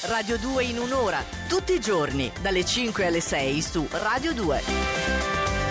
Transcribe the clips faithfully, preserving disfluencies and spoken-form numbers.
Radio due in un'ora, tutti i giorni, dalle cinque alle sei su Radio due.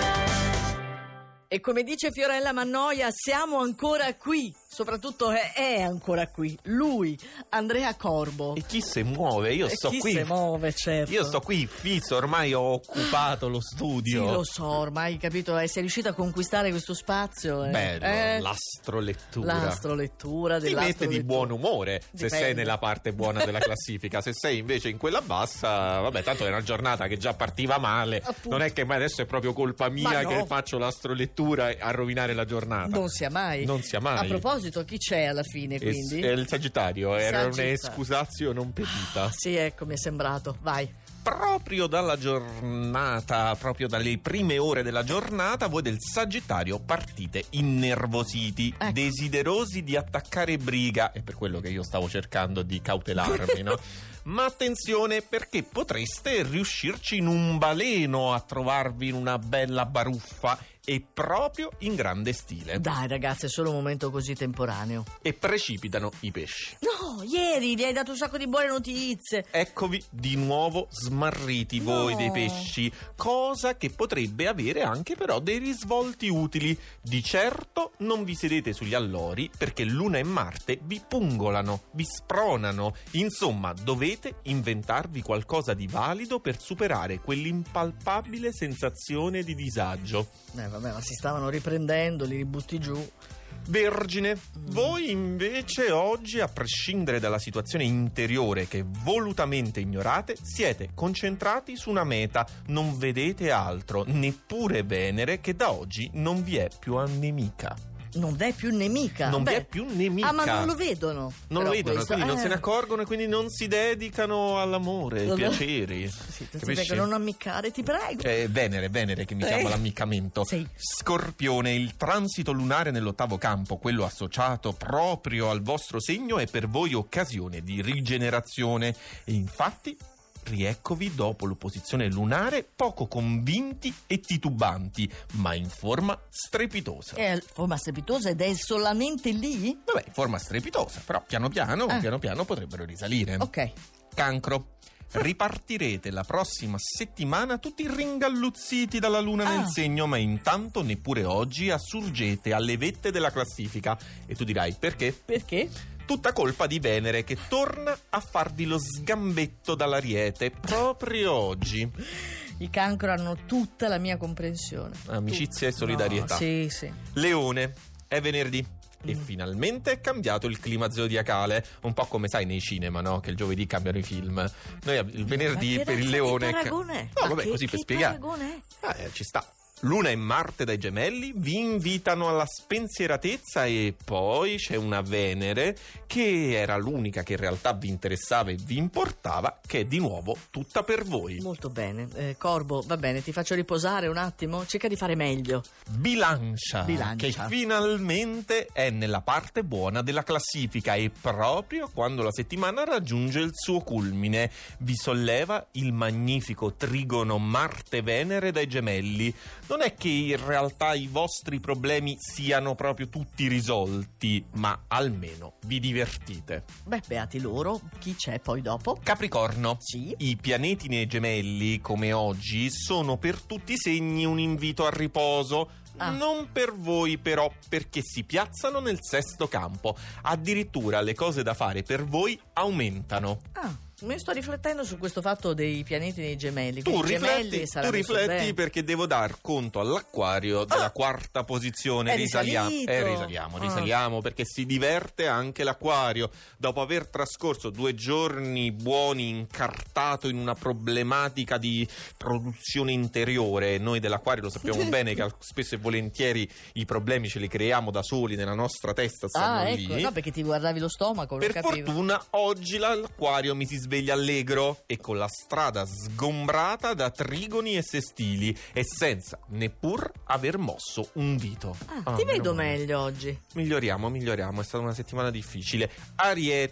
E come dice Fiorella Mannoia, siamo ancora qui, soprattutto è, è ancora qui, lui, Andrea Corbo. E chi si muove? Io e sto chi qui. si muove, certo. Io sto qui fisso, ormai ho occupato lo studio. Sì, lo so, ormai, capito, eh, sei riuscito a conquistare questo spazio. Eh. Bello, eh? l'astrolettura. L'astrolettura Ti mette di buon umore se Dipende. sei nella parte buona della classifica. Se sei invece in quella bassa, vabbè, tanto è una giornata che già partiva male. Appunto. Non è che mai adesso è proprio colpa mia no. che faccio l'astrolettura a rovinare la giornata. Non sia mai. Non sia mai. A proposito, chi c'è alla fine, quindi? È il Sagittario, era Sagittario. un'escusatio non pedita. Sì, ecco, mi è sembrato. Vai. Proprio dalla giornata, proprio dalle prime ore della giornata, voi del Sagittario partite innervositi, ecco. desiderosi di attaccare briga. È per quello che io stavo cercando di cautelarmi, no? Ma attenzione, perché potreste riuscirci in un baleno a trovarvi in una bella baruffa, e proprio in grande stile. Dai ragazzi, è solo un momento così temporaneo. E precipitano i pesci. No, ieri vi hai dato un sacco di buone notizie. Eccovi di nuovo smarriti voi No. dei pesci, cosa che potrebbe avere anche però dei risvolti utili. Di certo non vi sedete sugli allori, perché Luna e Marte vi pungolano, vi spronano. Insomma, dovete inventarvi qualcosa di valido per superare quell'impalpabile sensazione di disagio. Eh vabbè, ma si stavano riprendendo, li ributti giù. Vergine, voi invece oggi, a prescindere dalla situazione interiore che volutamente ignorate, siete concentrati su una meta, non vedete altro, neppure Venere, che da oggi non vi è più nemica. Non è più nemica. Non Beh. vi è più nemica. Ah, ma non lo vedono. Non lo Però vedono, questo, quindi non eh. se ne accorgono e quindi non si dedicano all'amore, ai Vabbè. piaceri. Sì, ti Capisci? prego, non ammiccare, ti prego. Cioè, è Venere, Venere che mi Eh. chiama l'ammiccamento. Sì. Scorpione, il transito lunare nell'ottavo campo, quello associato proprio al vostro segno, è per voi occasione di rigenerazione. E infatti rieccovi dopo l'opposizione lunare poco convinti e titubanti, ma in forma strepitosa. È in forma strepitosa ed è solamente lì? Vabbè, in forma strepitosa, però piano piano, Ah. piano piano potrebbero risalire. Ok. Cancro. Ripartirete la prossima settimana tutti ringalluzziti dalla luna Ah. nel segno, ma intanto neppure oggi assurgete alle vette della classifica. E tu dirai perché? Perché? Tutta colpa di Venere, che torna a farvi lo sgambetto dall'Ariete proprio oggi. I Cancro hanno tutta la mia comprensione. Amicizia e solidarietà. No, sì, sì. Leone, è venerdì. E Mm. finalmente è cambiato il clima zodiacale, un po' come sai nei cinema, no? Che il giovedì cambiano i film. Noi il venerdì Ma che per il razza leone. Che paragone è? No, Ma vabbè, che, così che per spiegare. paragone è? Eh, ci sta. Luna e Marte dai Gemelli vi invitano alla spensieratezza, e poi c'è una Venere che era l'unica che in realtà vi interessava e vi importava, che è di nuovo tutta per voi. Molto bene. Eh, Corbo, va bene, ti faccio riposare un attimo. Cerca di fare meglio. Bilancia, Bilancia. che finalmente è nella parte buona della classifica, e proprio quando la settimana raggiunge il suo culmine vi solleva il magnifico trigono Marte-Venere dai Gemelli. Non è che in realtà i vostri problemi siano proprio tutti risolti, ma almeno vi divertite. Beh, beati loro. Chi c'è poi dopo? Capricorno. Sì. I pianeti nei Gemelli, come oggi, sono per tutti i segni un invito al riposo. Ah. Non per voi però, perché si piazzano nel sesto campo. Addirittura le cose da fare per voi aumentano. Ah, mi sto riflettendo su questo fatto dei pianeti nei gemelli. Tu Quindi i gemelli rifletti, tu saranno messo rifletti bene. perché devo dar conto all'Acquario della Ah! quarta posizione. È Risaliamo, risalito. eh, risaliamo, Ah. risaliamo perché si diverte anche l'Acquario. Dopo aver trascorso due giorni buoni incartato in una problematica di produzione interiore, noi dell'Acquario lo sappiamo bene che spesso e volentieri i problemi ce li creiamo da soli nella nostra testa, stanno Ah, lì. ecco, no, perché ti guardavi lo stomaco, lo Per capivo. fortuna oggi l'Acquario mi si sveglia allegro e con la strada sgombrata da trigoni e sestili, e senza neppur aver mosso un dito. Ah, Ah, ti meno vedo male. meglio oggi. Miglioriamo, miglioriamo, è stata una settimana difficile. Ariete,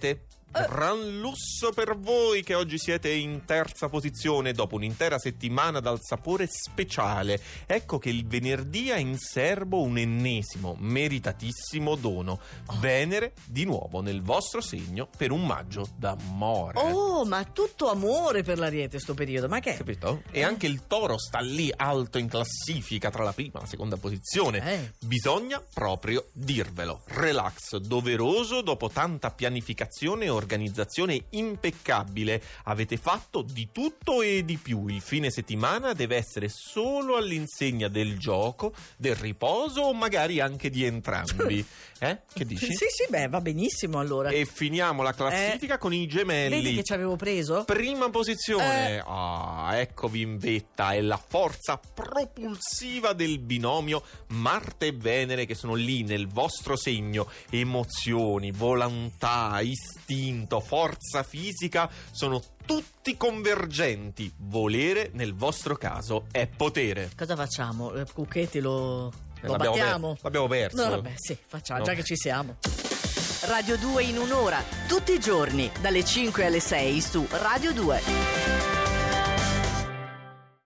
Gran lusso per voi che oggi siete in terza posizione dopo un'intera settimana dal sapore speciale. Ecco che il venerdì ha in serbo un ennesimo, meritatissimo dono. Oh. Venere di nuovo nel vostro segno per un maggio d'amore. Oh, ma tutto amore per l'Ariete sto periodo, ma che? Capito? E anche il Toro sta lì alto in classifica tra la prima e la seconda posizione. Eh. Bisogna proprio dirvelo. Relax doveroso dopo tanta pianificazione e organizzazione impeccabile. Avete fatto di tutto e di più. Il fine settimana deve essere solo all'insegna del gioco, del riposo o magari anche di entrambi. Eh? Che dici? Sì, sì, beh, va benissimo allora. E finiamo la classifica Eh. con i gemelli. Vedi che ci avevo preso? Prima posizione. Eh. Ah, eccovi in vetta. È la forza propulsiva del binomio Marte e Venere che sono lì nel vostro segno. Emozioni, volontà, istinto, forza fisica sono tutti convergenti. Volere nel vostro caso è potere. Cosa facciamo? Eh, Cucchetti lo, lo L'abbiamo battiamo? per- l'abbiamo perso. No, vabbè, sì, facciamo, No. già che ci siamo. Radio due in un'ora, tutti i giorni, dalle cinque alle sei su Radio due.